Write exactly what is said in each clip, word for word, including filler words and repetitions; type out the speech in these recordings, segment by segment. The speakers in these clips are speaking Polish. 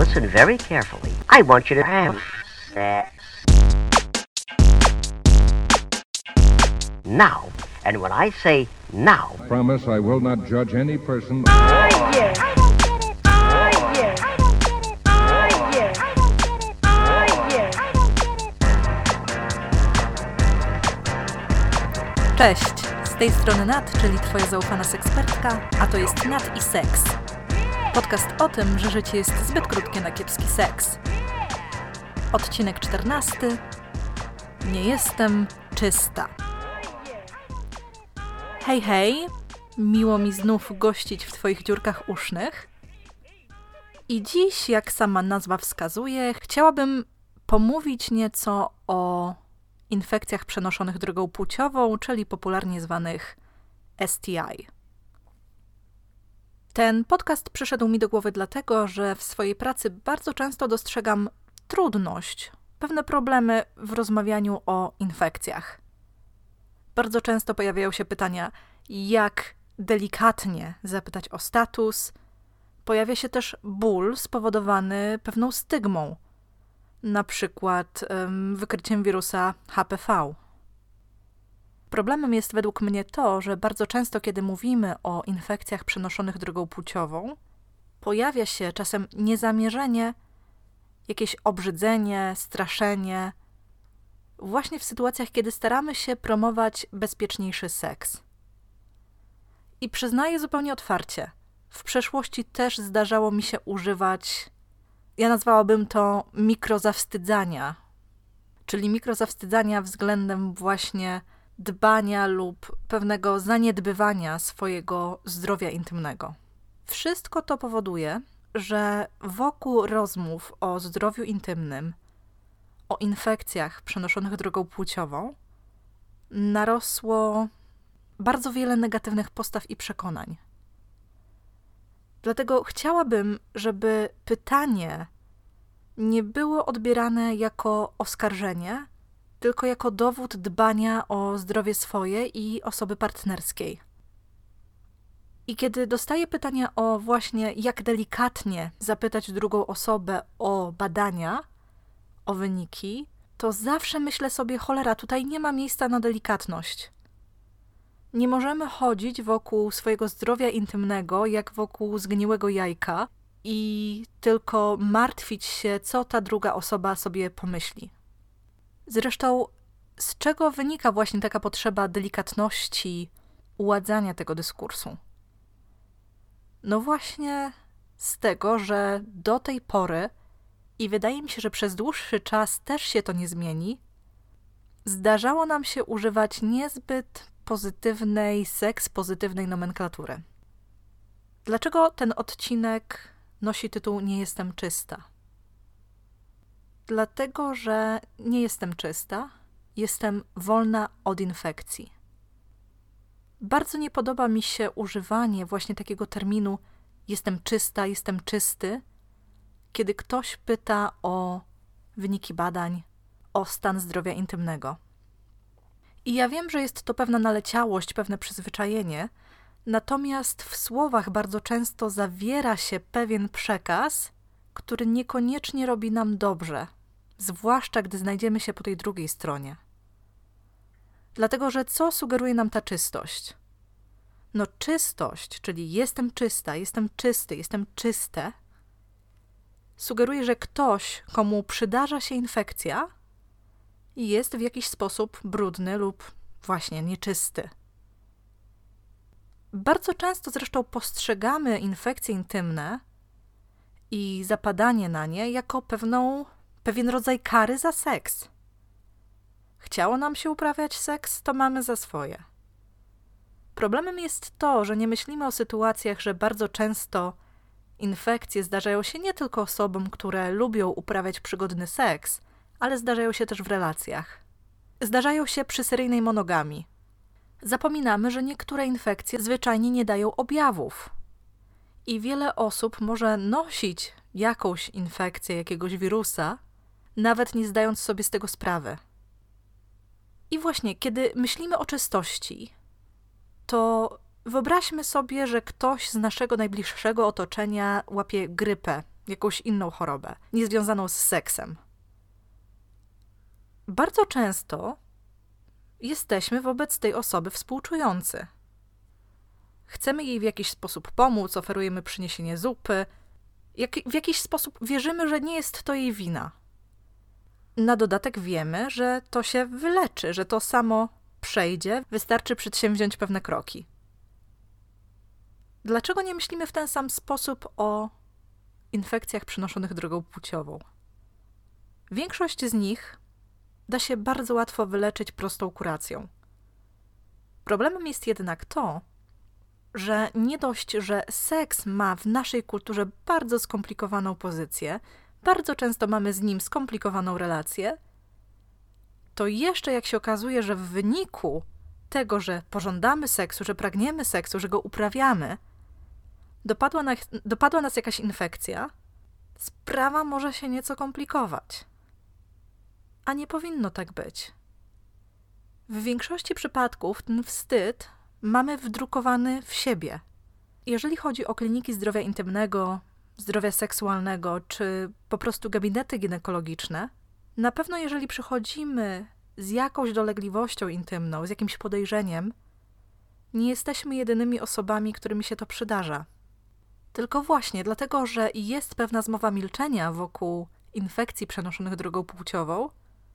listen very carefully. I want you to have sex. Now. And when I say now... I promise I will not judge any person... Oh, yeah. I don't get it. Oh, yeah. I don't get it. Oh, yeah. I don't get it. Oh, yeah. I don't get it. Cześć! Z tej strony Nat, czyli twoja zaufana sekspertka, a to jest Nat i Seks. Podcast o tym, że życie jest zbyt krótkie na kiepski seks. Odcinek czternasty. Nie jestem czysta. Hej, hej! Miło mi znów gościć w twoich dziurkach usznych. I dziś, jak sama nazwa wskazuje, chciałabym pomówić nieco o infekcjach przenoszonych drogą płciową, czyli popularnie zwanych S T I. Ten podcast przyszedł mi do głowy dlatego, że w swojej pracy bardzo często dostrzegam trudność, pewne problemy w rozmawianiu o infekcjach. Bardzo często pojawiają się pytania, jak delikatnie zapytać o status. Pojawia się też ból spowodowany pewną stygmą, na przykład ym, wykryciem wirusa H P V. Problemem jest według mnie to, że bardzo często, kiedy mówimy o infekcjach przenoszonych drogą płciową, pojawia się czasem niezamierzenie jakieś obrzydzenie, straszenie, właśnie w sytuacjach, kiedy staramy się promować bezpieczniejszy seks. I przyznaję zupełnie otwarcie, w przeszłości też zdarzało mi się używać, ja nazwałabym to mikrozawstydzania, czyli mikrozawstydzania względem właśnie dbania lub pewnego zaniedbywania swojego zdrowia intymnego. Wszystko to powoduje, że wokół rozmów o zdrowiu intymnym, o infekcjach przenoszonych drogą płciową narosło bardzo wiele negatywnych postaw i przekonań. Dlatego chciałabym, żeby pytanie nie było odbierane jako oskarżenie, tylko jako dowód dbania o zdrowie swoje i osoby partnerskiej. I kiedy dostaję pytania o właśnie jak delikatnie zapytać drugą osobę o badania, o wyniki, to zawsze myślę sobie, cholera, tutaj nie ma miejsca na delikatność. Nie możemy chodzić wokół swojego zdrowia intymnego, jak wokół zgniłego jajka i tylko martwić się, co ta druga osoba sobie pomyśli. Zresztą, z czego wynika właśnie taka potrzeba delikatności, uładzania tego dyskursu? No właśnie z tego, że do tej pory, i wydaje mi się, że przez dłuższy czas też się to nie zmieni, zdarzało nam się używać niezbyt pozytywnej, seks-pozytywnej nomenklatury. Dlaczego ten odcinek nosi tytuł Nie jestem czysta? Dlatego, że nie jestem czysta, jestem wolna od infekcji. Bardzo nie podoba mi się używanie właśnie takiego terminu jestem czysta, jestem czysty, kiedy ktoś pyta o wyniki badań, o stan zdrowia intymnego. I ja wiem, że jest to pewna naleciałość, pewne przyzwyczajenie, natomiast w słowach bardzo często zawiera się pewien przekaz, który niekoniecznie robi nam dobrze, zwłaszcza gdy znajdziemy się po tej drugiej stronie. Dlatego, że co sugeruje nam ta czystość? No czystość, czyli jestem czysta, jestem czysty, jestem czyste, sugeruje, że ktoś, komu przydarza się infekcja, jest w jakiś sposób brudny lub właśnie nieczysty. Bardzo często zresztą postrzegamy infekcje intymne i zapadanie na nie jako pewną, pewien rodzaj kary za seks. Chciało nam się uprawiać seks, to mamy za swoje. Problemem jest to, że nie myślimy o sytuacjach, że bardzo często infekcje zdarzają się nie tylko osobom, które lubią uprawiać przygodny seks, ale zdarzają się też w relacjach. Zdarzają się przy seryjnej monogamii. Zapominamy, że niektóre infekcje zwyczajnie nie dają objawów. I wiele osób może nosić jakąś infekcję, jakiegoś wirusa, nawet nie zdając sobie z tego sprawy. I właśnie, kiedy myślimy o czystości, to wyobraźmy sobie, że ktoś z naszego najbliższego otoczenia łapie grypę jakąś inną chorobę, niezwiązaną z seksem. Bardzo często jesteśmy wobec tej osoby współczujący. Chcemy jej w jakiś sposób pomóc, oferujemy przyniesienie zupy. Jak, w jakiś sposób wierzymy, że nie jest to jej wina. Na dodatek wiemy, że to się wyleczy, że to samo przejdzie, wystarczy przedsięwziąć pewne kroki. Dlaczego nie myślimy w ten sam sposób o infekcjach przenoszonych drogą płciową? Większość z nich da się bardzo łatwo wyleczyć prostą kuracją. Problemem jest jednak to, że nie dość, że seks ma w naszej kulturze bardzo skomplikowaną pozycję, bardzo często mamy z nim skomplikowaną relację, to jeszcze jak się okazuje, że w wyniku tego, że pożądamy seksu, że pragniemy seksu, że go uprawiamy, dopadła, na, dopadła nas jakaś infekcja, sprawa może się nieco komplikować. A nie powinno tak być. W większości przypadków ten wstyd mamy wdrukowany w siebie. Jeżeli chodzi o kliniki zdrowia intymnego, zdrowia seksualnego, czy po prostu gabinety ginekologiczne, na pewno jeżeli przychodzimy z jakąś dolegliwością intymną, z jakimś podejrzeniem, nie jesteśmy jedynymi osobami, którymi się to przydarza. Tylko właśnie dlatego, że jest pewna zmowa milczenia wokół infekcji przenoszonych drogą płciową,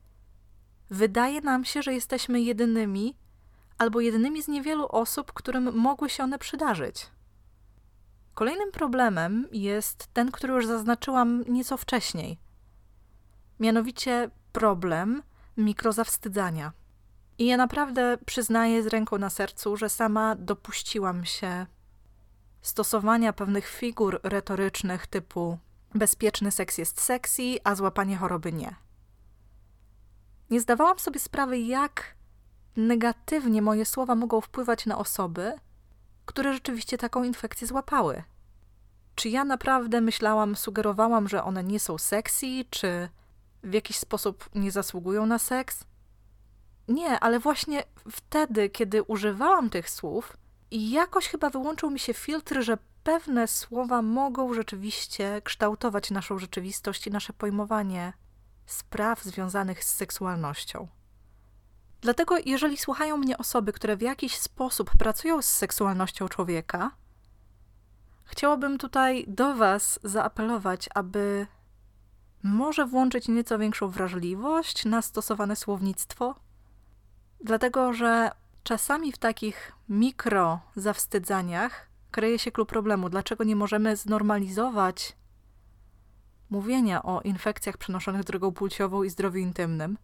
wydaje nam się, że jesteśmy jedynymi albo jedynymi z niewielu osób, którym mogły się one przydarzyć. Kolejnym problemem jest ten, który już zaznaczyłam nieco wcześniej. Mianowicie problem mikrozawstydzania. I ja naprawdę przyznaję z ręką na sercu, że sama dopuściłam się stosowania pewnych figur retorycznych typu bezpieczny seks jest sexy, a złapanie choroby nie. Nie zdawałam sobie sprawy, jak negatywnie moje słowa mogą wpływać na osoby, które rzeczywiście taką infekcję złapały. Czy ja naprawdę myślałam, sugerowałam, że one nie są sexy, czy w jakiś sposób nie zasługują na seks? Nie, ale właśnie wtedy, kiedy używałam tych słów, i jakoś chyba wyłączył mi się filtr, że pewne słowa mogą rzeczywiście kształtować naszą rzeczywistość i nasze pojmowanie spraw związanych z seksualnością. Dlatego, jeżeli słuchają mnie osoby, które w jakiś sposób pracują z seksualnością człowieka, chciałabym tutaj do Was zaapelować, aby może włączyć nieco większą wrażliwość na stosowane słownictwo, dlatego, że czasami w takich mikrozawstydzaniach kryje się klucz problemu. Dlaczego nie możemy znormalizować mówienia o infekcjach przenoszonych drogą płciową i zdrowiu intymnym?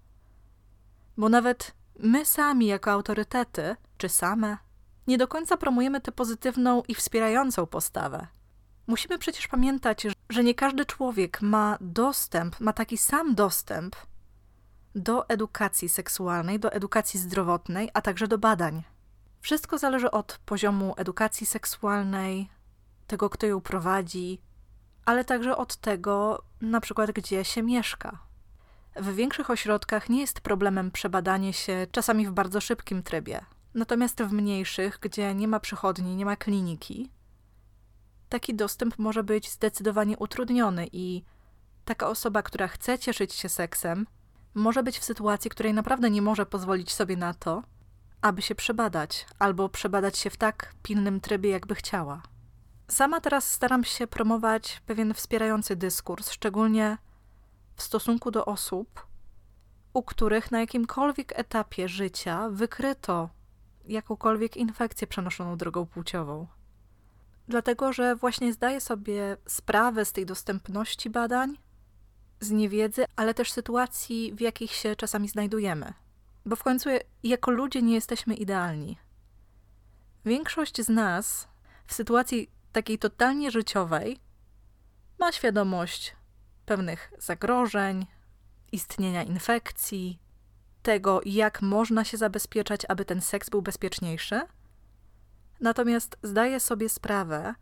Bo nawet my sami jako autorytety, czy same, nie do końca promujemy tę pozytywną i wspierającą postawę. Musimy przecież pamiętać, że nie każdy człowiek ma dostęp, ma taki sam dostęp do edukacji seksualnej, do edukacji zdrowotnej, a także do badań. Wszystko zależy od poziomu edukacji seksualnej, tego, kto ją prowadzi, ale także od tego, na przykład, gdzie się mieszka. W większych ośrodkach nie jest problemem przebadanie się, czasami w bardzo szybkim trybie. Natomiast w mniejszych, gdzie nie ma przychodni, nie ma kliniki, taki dostęp może być zdecydowanie utrudniony i taka osoba, która chce cieszyć się seksem, może być w sytuacji, której naprawdę nie może pozwolić sobie na to, aby się przebadać, albo przebadać się w tak pilnym trybie, jakby chciała. Sama teraz staram się promować pewien wspierający dyskurs, szczególnie w stosunku do osób, u których na jakimkolwiek etapie życia wykryto jakąkolwiek infekcję przenoszoną drogą płciową. Dlatego, że właśnie zdaję sobie sprawę z tej dostępności badań, z niewiedzy, ale też sytuacji, w jakich się czasami znajdujemy. Bo w końcu jako ludzie nie jesteśmy idealni. Większość z nas w sytuacji takiej totalnie życiowej ma świadomość pewnych zagrożeń, istnienia infekcji, tego, jak można się zabezpieczać, aby ten seks był bezpieczniejszy. Natomiast zdaję sobie sprawę,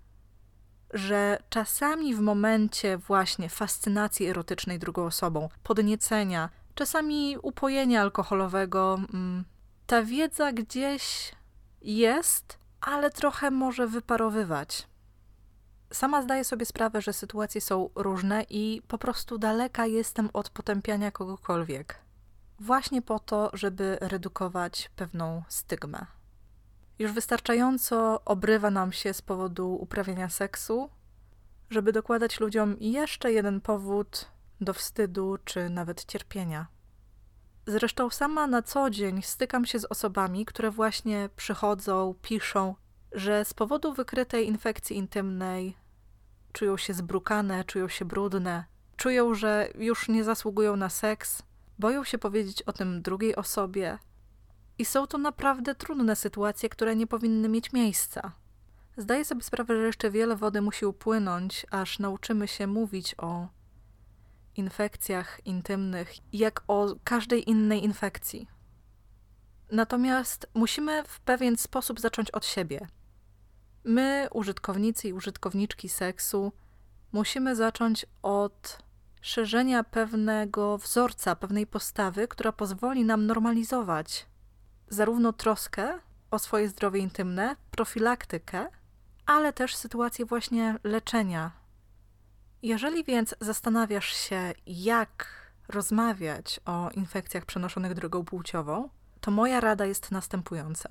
że czasami w momencie właśnie fascynacji erotycznej drugą osobą, podniecenia, czasami upojenia alkoholowego, ta wiedza gdzieś jest, ale trochę może wyparowywać. Sama zdaję sobie sprawę, że sytuacje są różne i po prostu daleka jestem od potępiania kogokolwiek. Właśnie po to, żeby redukować pewną stygmę. Już wystarczająco obrywa nam się z powodu uprawiania seksu, żeby dokładać ludziom jeszcze jeden powód do wstydu czy nawet cierpienia. Zresztą sama na co dzień stykam się z osobami, które właśnie przychodzą, piszą, że z powodu wykrytej infekcji intymnej czują się zbrukane, czują się brudne, czują, że już nie zasługują na seks, boją się powiedzieć o tym drugiej osobie. I są to naprawdę trudne sytuacje, które nie powinny mieć miejsca. Zdaję sobie sprawę, że jeszcze wiele wody musi upłynąć, aż nauczymy się mówić o infekcjach intymnych, jak o każdej innej infekcji. Natomiast musimy w pewien sposób zacząć od siebie. My, użytkownicy i użytkowniczki seksu, musimy zacząć od szerzenia pewnego wzorca, pewnej postawy, która pozwoli nam normalizować zarówno troskę o swoje zdrowie intymne, profilaktykę, ale też sytuację właśnie leczenia. Jeżeli więc zastanawiasz się, jak rozmawiać o infekcjach przenoszonych drogą płciową, to moja rada jest następująca.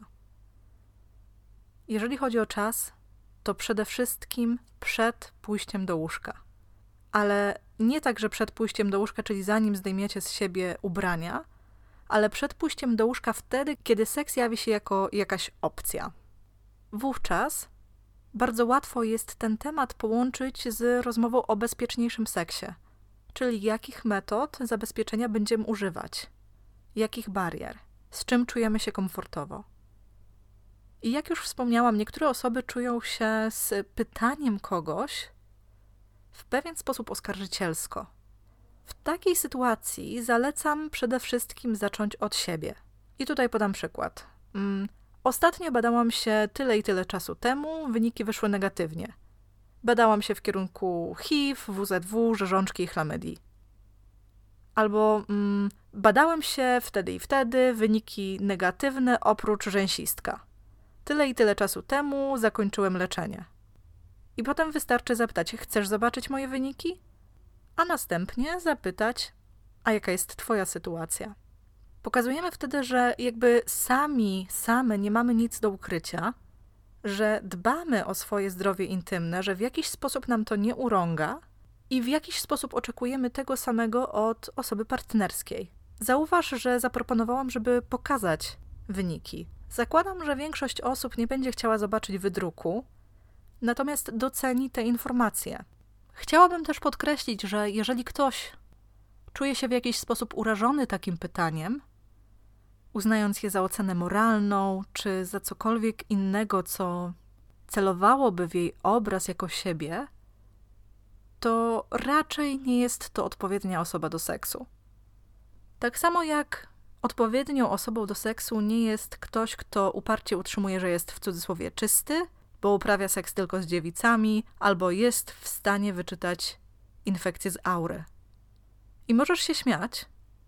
Jeżeli chodzi o czas, to przede wszystkim przed pójściem do łóżka. Ale nie tak, że przed pójściem do łóżka, czyli zanim zdejmiecie z siebie ubrania, ale przed pójściem do łóżka wtedy, kiedy seks jawi się jako jakaś opcja. Wówczas bardzo łatwo jest ten temat połączyć z rozmową o bezpieczniejszym seksie, czyli jakich metod zabezpieczenia będziemy używać, jakich barier, z czym czujemy się komfortowo. I jak już wspomniałam, niektóre osoby czują się z pytaniem kogoś w pewien sposób oskarżycielsko. W takiej sytuacji zalecam przede wszystkim zacząć od siebie. I tutaj podam przykład. Mm, ostatnio badałam się tyle i tyle czasu temu, wyniki wyszły negatywnie. Badałam się w kierunku H I V, W Z W, rzeżączki i chlamydii. Albo mm, badałem się wtedy i wtedy, wyniki negatywne oprócz rzęsistka. Tyle i tyle czasu temu zakończyłem leczenie. I potem wystarczy zapytać, chcesz zobaczyć moje wyniki? A następnie zapytać, a jaka jest twoja sytuacja? Pokazujemy wtedy, że jakby sami, same nie mamy nic do ukrycia, że dbamy o swoje zdrowie intymne, że w jakiś sposób nam to nie urąga i w jakiś sposób oczekujemy tego samego od osoby partnerskiej. Zauważ, że zaproponowałam, żeby pokazać wyniki. Zakładam, że większość osób nie będzie chciała zobaczyć wydruku, natomiast doceni te informacje. Chciałabym też podkreślić, że jeżeli ktoś czuje się w jakiś sposób urażony takim pytaniem, uznając je za ocenę moralną, czy za cokolwiek innego, co celowałoby w jej obraz jako siebie, to raczej nie jest to odpowiednia osoba do seksu. Tak samo jak odpowiednią osobą do seksu nie jest ktoś, kto uparcie utrzymuje, że jest w cudzysłowie czysty, bo uprawia seks tylko z dziewicami, albo jest w stanie wyczytać infekcję z aury. I możesz się śmiać,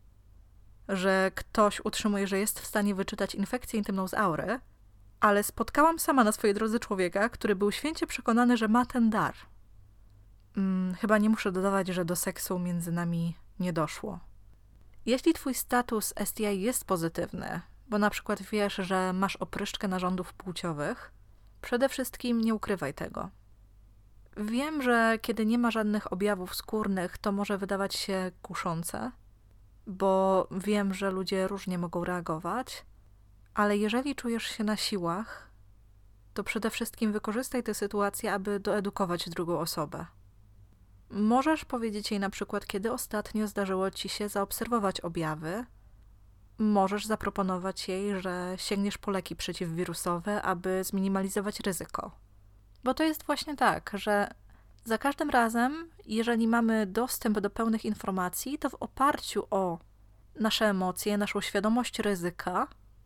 że ktoś utrzymuje, że jest w stanie wyczytać infekcję intymną z aury, ale spotkałam sama na swojej drodze człowieka, który był święcie przekonany, że ma ten dar. Hmm, chyba nie muszę dodawać, że do seksu między nami nie doszło. Jeśli twój status S T I jest pozytywny, bo na przykład wiesz, że masz opryszczkę narządów płciowych, przede wszystkim nie ukrywaj tego. Wiem, że kiedy nie ma żadnych objawów skórnych, to może wydawać się kuszące, bo wiem, że ludzie różnie mogą reagować, ale jeżeli czujesz się na siłach, to przede wszystkim wykorzystaj tę sytuację, aby doedukować drugą osobę. Możesz powiedzieć jej na przykład, kiedy ostatnio zdarzyło ci się zaobserwować objawy. Możesz zaproponować jej, że sięgniesz po leki przeciwwirusowe, aby zminimalizować ryzyko. Bo to jest właśnie tak, że za każdym razem, jeżeli mamy dostęp do pełnych informacji, to w oparciu o nasze emocje, naszą świadomość ryzyka,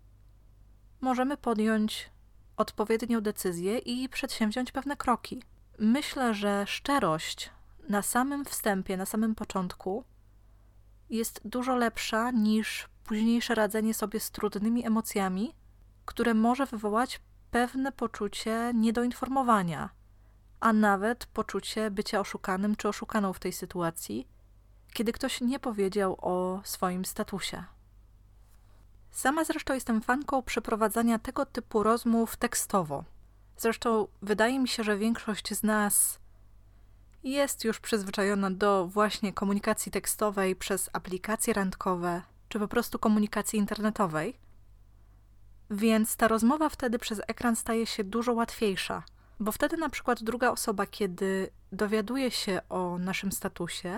możemy podjąć odpowiednią decyzję i przedsięwziąć pewne kroki. Myślę, że szczerość na samym wstępie, na samym początku jest dużo lepsza niż późniejsze radzenie sobie z trudnymi emocjami, które może wywołać pewne poczucie niedoinformowania a nawet poczucie bycia oszukanym czy oszukaną w tej sytuacji, kiedy ktoś nie powiedział o swoim statusie. Sama zresztą jestem fanką przeprowadzania tego typu rozmów tekstowo. Zresztą wydaje mi się, że większość z nas jest już przyzwyczajona do właśnie komunikacji tekstowej przez aplikacje randkowe, czy po prostu komunikacji internetowej, więc ta rozmowa wtedy przez ekran staje się dużo łatwiejsza, bo wtedy na przykład druga osoba, kiedy dowiaduje się o naszym statusie,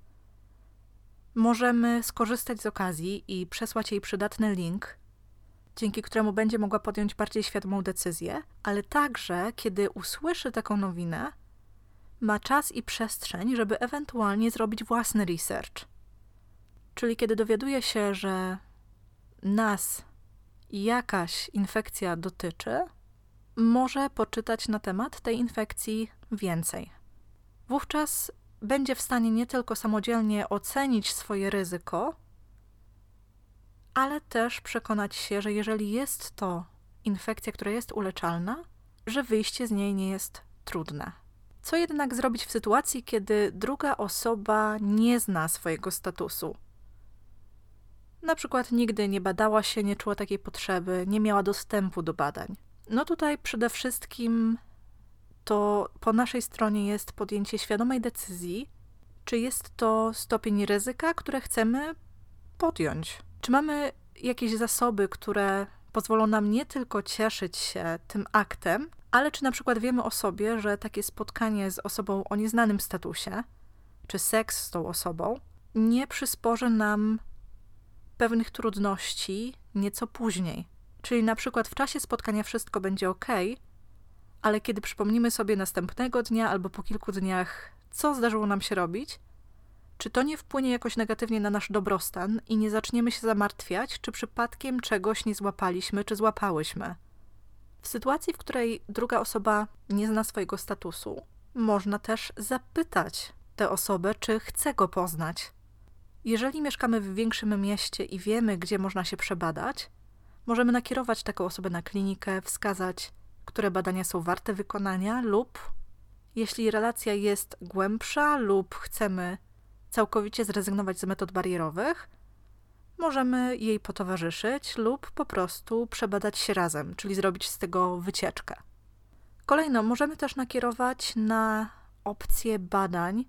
możemy skorzystać z okazji i przesłać jej przydatny link, dzięki któremu będzie mogła podjąć bardziej świadomą decyzję, ale także, kiedy usłyszy taką nowinę, ma czas i przestrzeń, żeby ewentualnie zrobić własny research. Czyli kiedy dowiaduje się, że nas jakaś infekcja dotyczy, może poczytać na temat tej infekcji więcej. Wówczas będzie w stanie nie tylko samodzielnie ocenić swoje ryzyko, ale też przekonać się, że jeżeli jest to infekcja, która jest uleczalna, że wyjście z niej nie jest trudne. Co jednak zrobić w sytuacji, kiedy druga osoba nie zna swojego statusu? Na przykład nigdy nie badała się, nie czuła takiej potrzeby, nie miała dostępu do badań. No tutaj przede wszystkim to po naszej stronie jest podjęcie świadomej decyzji, czy jest to stopień ryzyka, które chcemy podjąć. Czy mamy jakieś zasoby, które pozwolą nam nie tylko cieszyć się tym aktem, ale czy na przykład wiemy o sobie, że takie spotkanie z osobą o nieznanym statusie, czy seks z tą osobą, nie przysporzy nam pewnych trudności nieco później. Czyli na przykład w czasie spotkania wszystko będzie ok, ale kiedy przypomnimy sobie następnego dnia albo po kilku dniach, co zdarzyło nam się robić, czy to nie wpłynie jakoś negatywnie na nasz dobrostan i nie zaczniemy się zamartwiać, czy przypadkiem czegoś nie złapaliśmy, czy złapałyśmy. W sytuacji, w której druga osoba nie zna swojego statusu, można też zapytać tę osobę, czy chce go poznać. Jeżeli mieszkamy w większym mieście i wiemy, gdzie można się przebadać, możemy nakierować taką osobę na klinikę, wskazać, które badania są warte wykonania lub, jeśli relacja jest głębsza lub chcemy całkowicie zrezygnować z metod barierowych, możemy jej potowarzyszyć lub po prostu przebadać się razem, czyli zrobić z tego wycieczkę. Kolejno, możemy też nakierować na opcje badań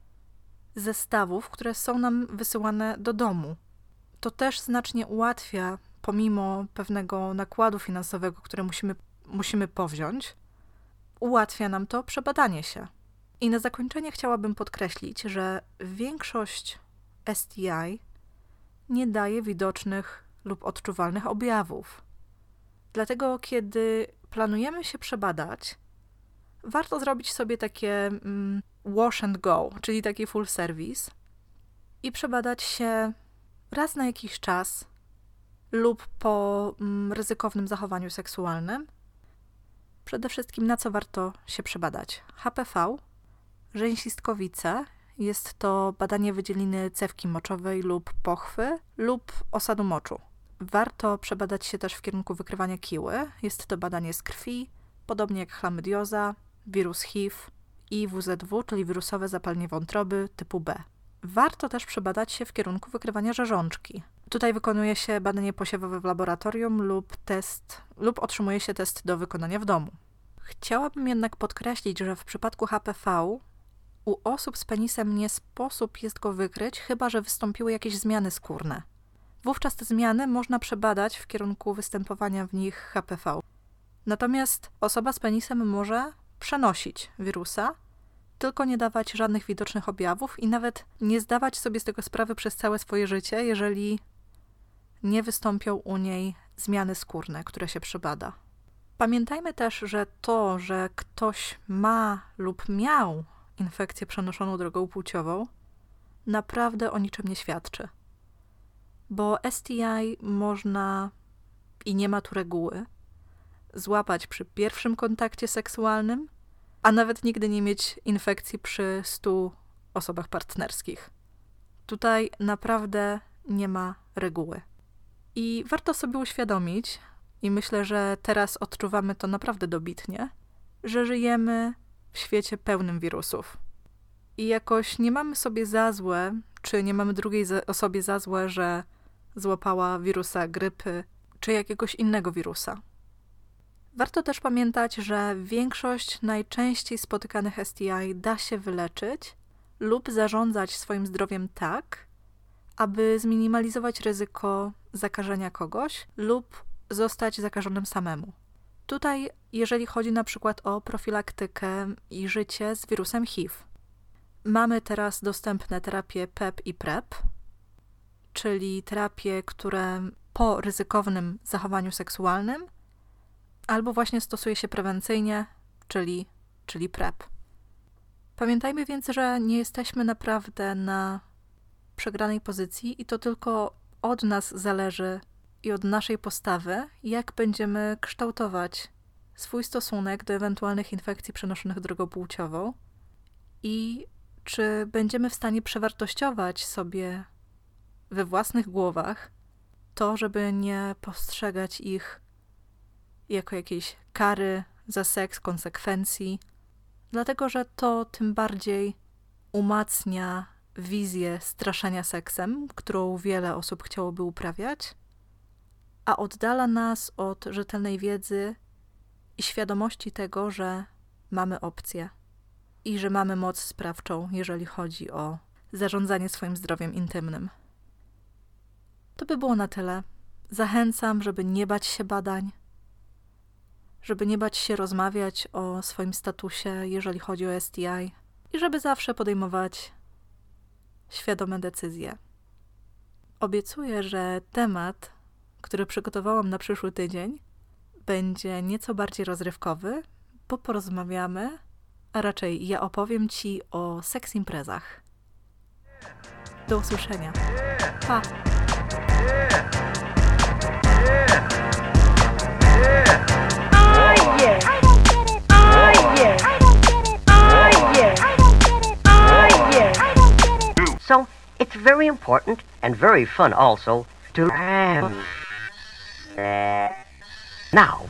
zestawów, które są nam wysyłane do domu. To też znacznie ułatwia, pomimo pewnego nakładu finansowego, który musimy, musimy powziąć, ułatwia nam to przebadanie się. I na zakończenie chciałabym podkreślić, że większość S T I nie daje widocznych lub odczuwalnych objawów. Dlatego, kiedy planujemy się przebadać, warto zrobić sobie takie mm, wash and go, czyli taki full service i przebadać się raz na jakiś czas lub po mm, ryzykownym zachowaniu seksualnym. Przede wszystkim na co warto się przebadać? H P V, rzęsistkowice, jest to badanie wydzieliny cewki moczowej lub pochwy lub osadu moczu. Warto przebadać się też w kierunku wykrywania kiły. Jest to badanie z krwi, podobnie jak chlamydioza, wirus H I V i W Z W, czyli wirusowe zapalenie wątroby typu B. Warto też przebadać się w kierunku wykrywania rzeżączki. Tutaj wykonuje się badanie posiewowe w laboratorium lub test, lub otrzymuje się test do wykonania w domu. Chciałabym jednak podkreślić, że w przypadku H P V u osób z penisem nie sposób jest go wykryć, chyba że wystąpiły jakieś zmiany skórne. Wówczas te zmiany można przebadać w kierunku występowania w nich H P V. Natomiast osoba z penisem może przenosić wirusa, tylko nie dawać żadnych widocznych objawów i nawet nie zdawać sobie z tego sprawy przez całe swoje życie, jeżeli nie wystąpią u niej zmiany skórne, które się przebada. Pamiętajmy też, że to, że ktoś ma lub miał infekcję przenoszoną drogą płciową, naprawdę o niczym nie świadczy. Bo S T I można, i nie ma tu reguły, złapać przy pierwszym kontakcie seksualnym, a nawet nigdy nie mieć infekcji przy stu osobach partnerskich. Tutaj naprawdę nie ma reguły. I warto sobie uświadomić, i myślę, że teraz odczuwamy to naprawdę dobitnie, że żyjemy w świecie pełnym wirusów. I jakoś nie mamy sobie za złe, czy nie mamy drugiej za- osobie za złe, że złapała wirusa grypy, czy jakiegoś innego wirusa. Warto też pamiętać, że większość najczęściej spotykanych S T I da się wyleczyć lub zarządzać swoim zdrowiem tak, aby zminimalizować ryzyko zakażenia kogoś lub zostać zakażonym samemu. Tutaj, jeżeli chodzi na przykład o profilaktykę i życie z wirusem H I V, mamy teraz dostępne terapie P E P i PrEP, czyli terapie, które po ryzykownym zachowaniu seksualnym albo właśnie stosuje się prewencyjnie, czyli, czyli PrEP. Pamiętajmy więc, że nie jesteśmy naprawdę na przegranej pozycji i to tylko od nas zależy i od naszej postawy, jak będziemy kształtować swój stosunek do ewentualnych infekcji przenoszonych drogą płciową i czy będziemy w stanie przewartościować sobie we własnych głowach to, żeby nie postrzegać ich jako jakiejś kary za seks, konsekwencji, dlatego że to tym bardziej umacnia wizję straszenia seksem, którą wiele osób chciałoby uprawiać, a oddala nas od rzetelnej wiedzy i świadomości tego, że mamy opcję i że mamy moc sprawczą, jeżeli chodzi o zarządzanie swoim zdrowiem intymnym. To by było na tyle. Zachęcam, żeby nie bać się badań, żeby nie bać się rozmawiać o swoim statusie, jeżeli chodzi o S T I i żeby zawsze podejmować świadome decyzje. Obiecuję, że temat, który przygotowałam na przyszły tydzień, będzie nieco bardziej rozrywkowy, bo porozmawiamy, a raczej ja opowiem Ci o seks imprezach. Do usłyszenia. Pa! Oh yeah. I don't get it. Oh yeah. I don't get it. Oh yeah. I don't get it. Oh yeah. I don't get it. So, it's very important and very fun also to have that. Now,